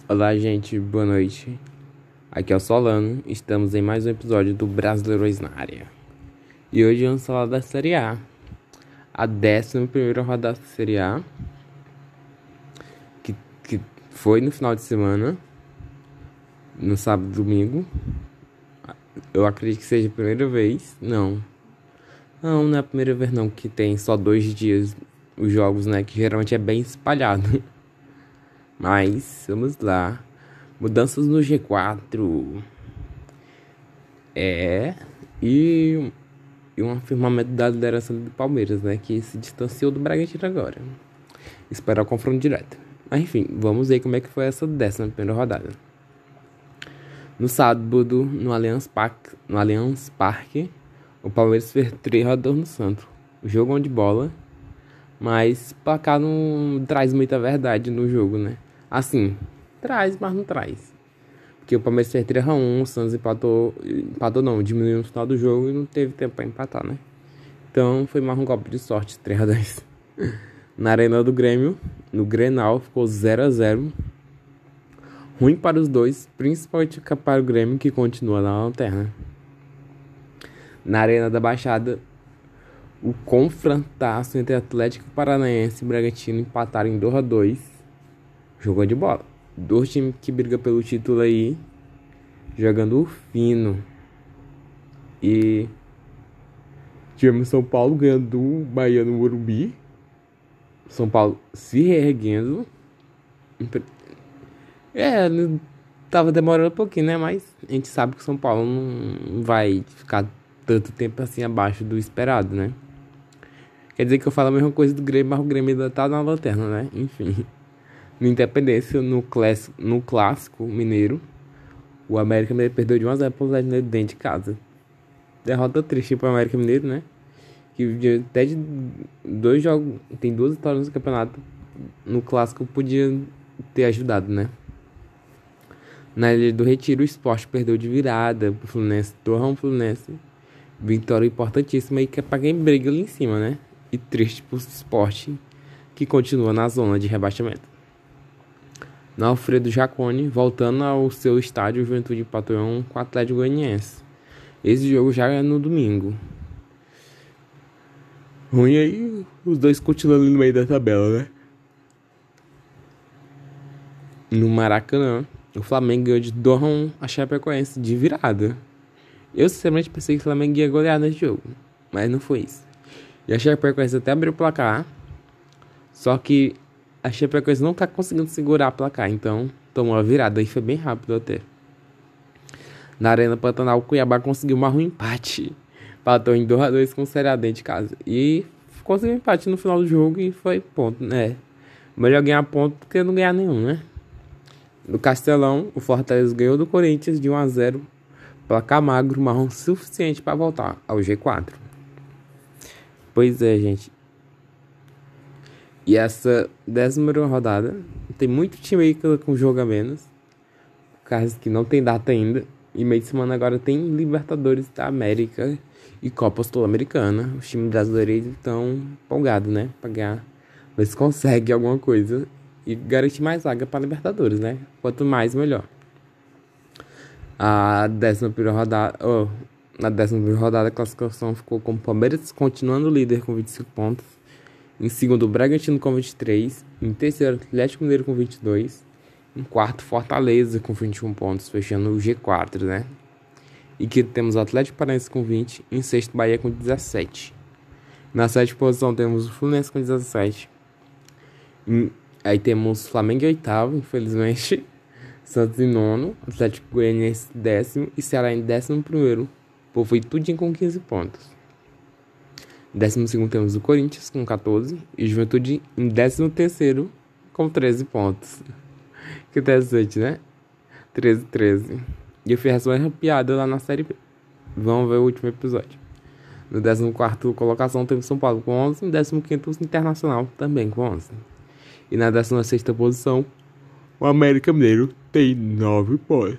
Olá, gente, boa noite. Aqui é o Solano, estamos em mais um episódio do Brasileirões na área. E hoje vamos falar da Série A, a 11ª rodada da Série A, que foi no final de semana, no sábado e domingo. Eu acredito que seja a primeira vez, não é a primeira vez não, que tem só 2 dias os jogos, né, que geralmente é bem espalhado. Mas, vamos lá. Mudanças no G4. E um afirmamento da liderança do Palmeiras, né? Que se distanciou do Bragantino agora. Esperar o confronto direto. Mas enfim, vamos ver como é que foi essa 11ª rodada. No sábado, no Allianz Parque, o Palmeiras fez 3-2 no Santos. Jogão de bola, mas placar não traz muita verdade no jogo, né? Assim, traz, mas não traz. Porque o Palmeiras fez 3-1, o Santos empatou não, diminuiu no final do jogo e não teve tempo pra empatar, né? Então foi mais um golpe de sorte, 3-2. Na Arena do Grêmio, no Grenal, ficou 0-0. Ruim para os dois, principalmente para o Grêmio, que continua na lanterna. Na Arena da Baixada, o confrontaço entre Atlético Paranaense e Bragantino empataram em 2-2. Jogou de bola. 2 times que brigam pelo título aí, jogando fino. E tivemos São Paulo ganhando do Bahia no Morumbi. São Paulo se reerguendo. Tava demorando um pouquinho, né? Mas a gente sabe que o São Paulo não vai ficar tanto tempo assim abaixo do esperado, né? Quer dizer que eu falo a mesma coisa do Grêmio, mas o Grêmio ainda tá na lanterna, né? Enfim. No Independência, no Clássico Mineiro, o América Mineiro perdeu de 1-0 pro Atlético Mineiro dentro de casa. Derrota triste pro América Mineiro, né? Que até de 2 jogos, tem 2 vitórias no campeonato. No Clássico podia ter ajudado, né? Na Ilha do Retiro, o Sport perdeu de virada pro Fluminense, Torrão Fluminense. Vitória importantíssima aí que é pra quem briga ali em cima, né? E triste pro Sport, que continua na zona de rebaixamento. Na Alfredo Jaconi, voltando ao seu estádio, o Juventude empatou com o Atlético Goianiense. Esse jogo já é no domingo. Ruim aí, os dois continuando ali no meio da tabela, né? No Maracanã, o Flamengo ganhou de 2-1 a Chapecoense de virada. Eu sinceramente pensei que o Flamengo ia golear nesse jogo, mas não foi isso. E a Chapecoense até abriu o placar, só que a Chapecoense não tá conseguindo segurar a placar, então tomou a virada e foi bem rápido até. Na Arena Pantanal, o Cuiabá conseguiu um empate. Empatou em 2-2 com o Ceará dentro de casa. E conseguiu um empate no final do jogo e foi ponto, né? Melhor ganhar ponto do que não ganhar nenhum, né? No Castelão, o Fortaleza ganhou do Corinthians de 1-0. Placar magro, marrom suficiente para voltar ao G4. Pois é, gente. E essa 10ª rodada, tem muito time aí com jogo a menos. Casos que não tem data ainda. E meio de semana agora tem Libertadores da América e Copa Sul-Americana. Os times brasileiros estão empolgados, né? Pra ganhar. Ver se consegue alguma coisa e garantir mais vaga para Libertadores, né? Quanto mais, melhor. A 11ª rodada... na 11ª rodada, a classificação ficou com o Palmeiras continuando líder com 25 pontos. Em segundo, o Bragantino com 23. Em terceiro, Atlético Mineiro com 22. Em quarto, Fortaleza com 21 pontos, fechando o G4, né? E que temos o Atlético Paranaense com 20. Em sexto, Bahia com 17. Na sétima posição, temos o Fluminense com 17. Aí temos Flamengo em oitavo, infelizmente. Santos em nono. Atlético Goianiense 10º. E Ceará em 11º. Pô, foi tudinho com 15 pontos. Em 12º temos o Corinthians com 14 e Juventude em 13º com 13 pontos. Que interessante, né? 13. E eu fiz uma piada lá na Série B. Vamos ver o último episódio. No 14º colocação temos São Paulo com 11. Em 15º Internacional também com 11. E na 16ª posição o América Mineiro tem 9 pontos.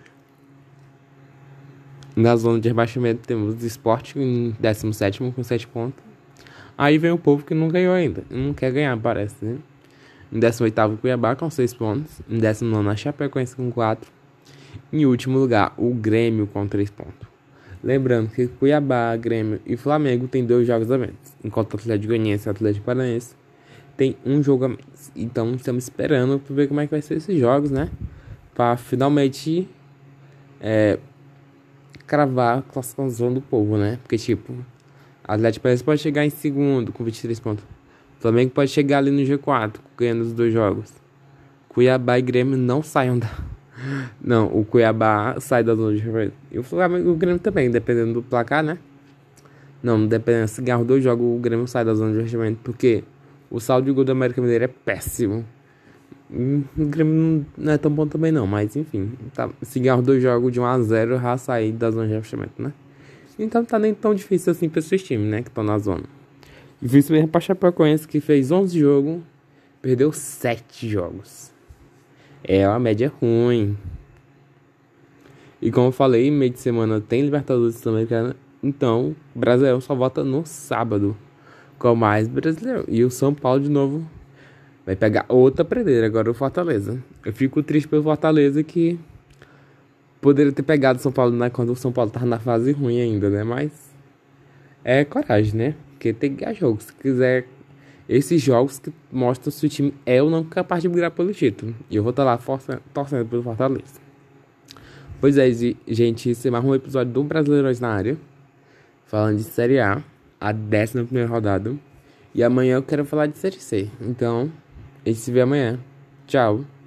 Na zona de rebaixamento temos o Sport em 17º com 7 pontos. Aí vem o povo que não ganhou ainda. Não quer ganhar, parece, né? Em 18º, Cuiabá com 6 pontos. Em 19º, a Chapecoense com 4. Em último lugar, o Grêmio com 3 pontos. Lembrando que Cuiabá, Grêmio e Flamengo tem 2 jogos a menos, enquanto o Atlético Goianiense e o Atlético Paranaense tem 1 jogo a menos. Então estamos esperando para ver como é que vai ser esses jogos, né? Para finalmente cravar a classificação do povo, né? Porque tipo, o Atlético Paranaense pode chegar em segundo com 23 pontos. O Flamengo pode chegar ali no G4 ganhando os 2 jogos. Cuiabá e Grêmio não saiam da... Não, o Cuiabá sai da zona de rebaixamento. E o Flamengo e o Grêmio também, dependendo do placar, né? Não, dependendo. Se ganhar os 2 jogos, o Grêmio sai da zona de rebaixamento. Porque o saldo de gol do América Mineiro é péssimo. O Grêmio não é tão bom também não, mas enfim. Tá, se ganhar os 2 jogos de 1-0, já sair da zona de rebaixamento, né? Então tá nem tão difícil assim pra esses times, né? Que estão na zona. Difícil mesmo pra Chapecoense, que fez 11 jogos, perdeu 7 jogos. É uma média ruim. E como eu falei, meio de semana tem Libertadores Sul-Americana. Então, o Brasileirão só volta no sábado com mais brasileiro. E o São Paulo de novo vai pegar outra pedreira, agora o Fortaleza. Eu fico triste pelo Fortaleza que poderia ter pegado o São Paulo, né, quando o São Paulo tava na fase ruim ainda, né? Mas é coragem, né? Porque tem que ganhar jogo. Se quiser esses jogos que mostram se o time é ou não capaz de brigar pelo título. E eu vou estar lá torcendo pelo Fortaleza. Pois é, gente, esse é mais um episódio do Brasileirões na área. Falando de Série a 11ª rodada. E amanhã eu quero falar de Série C. Então, a gente se vê amanhã. Tchau.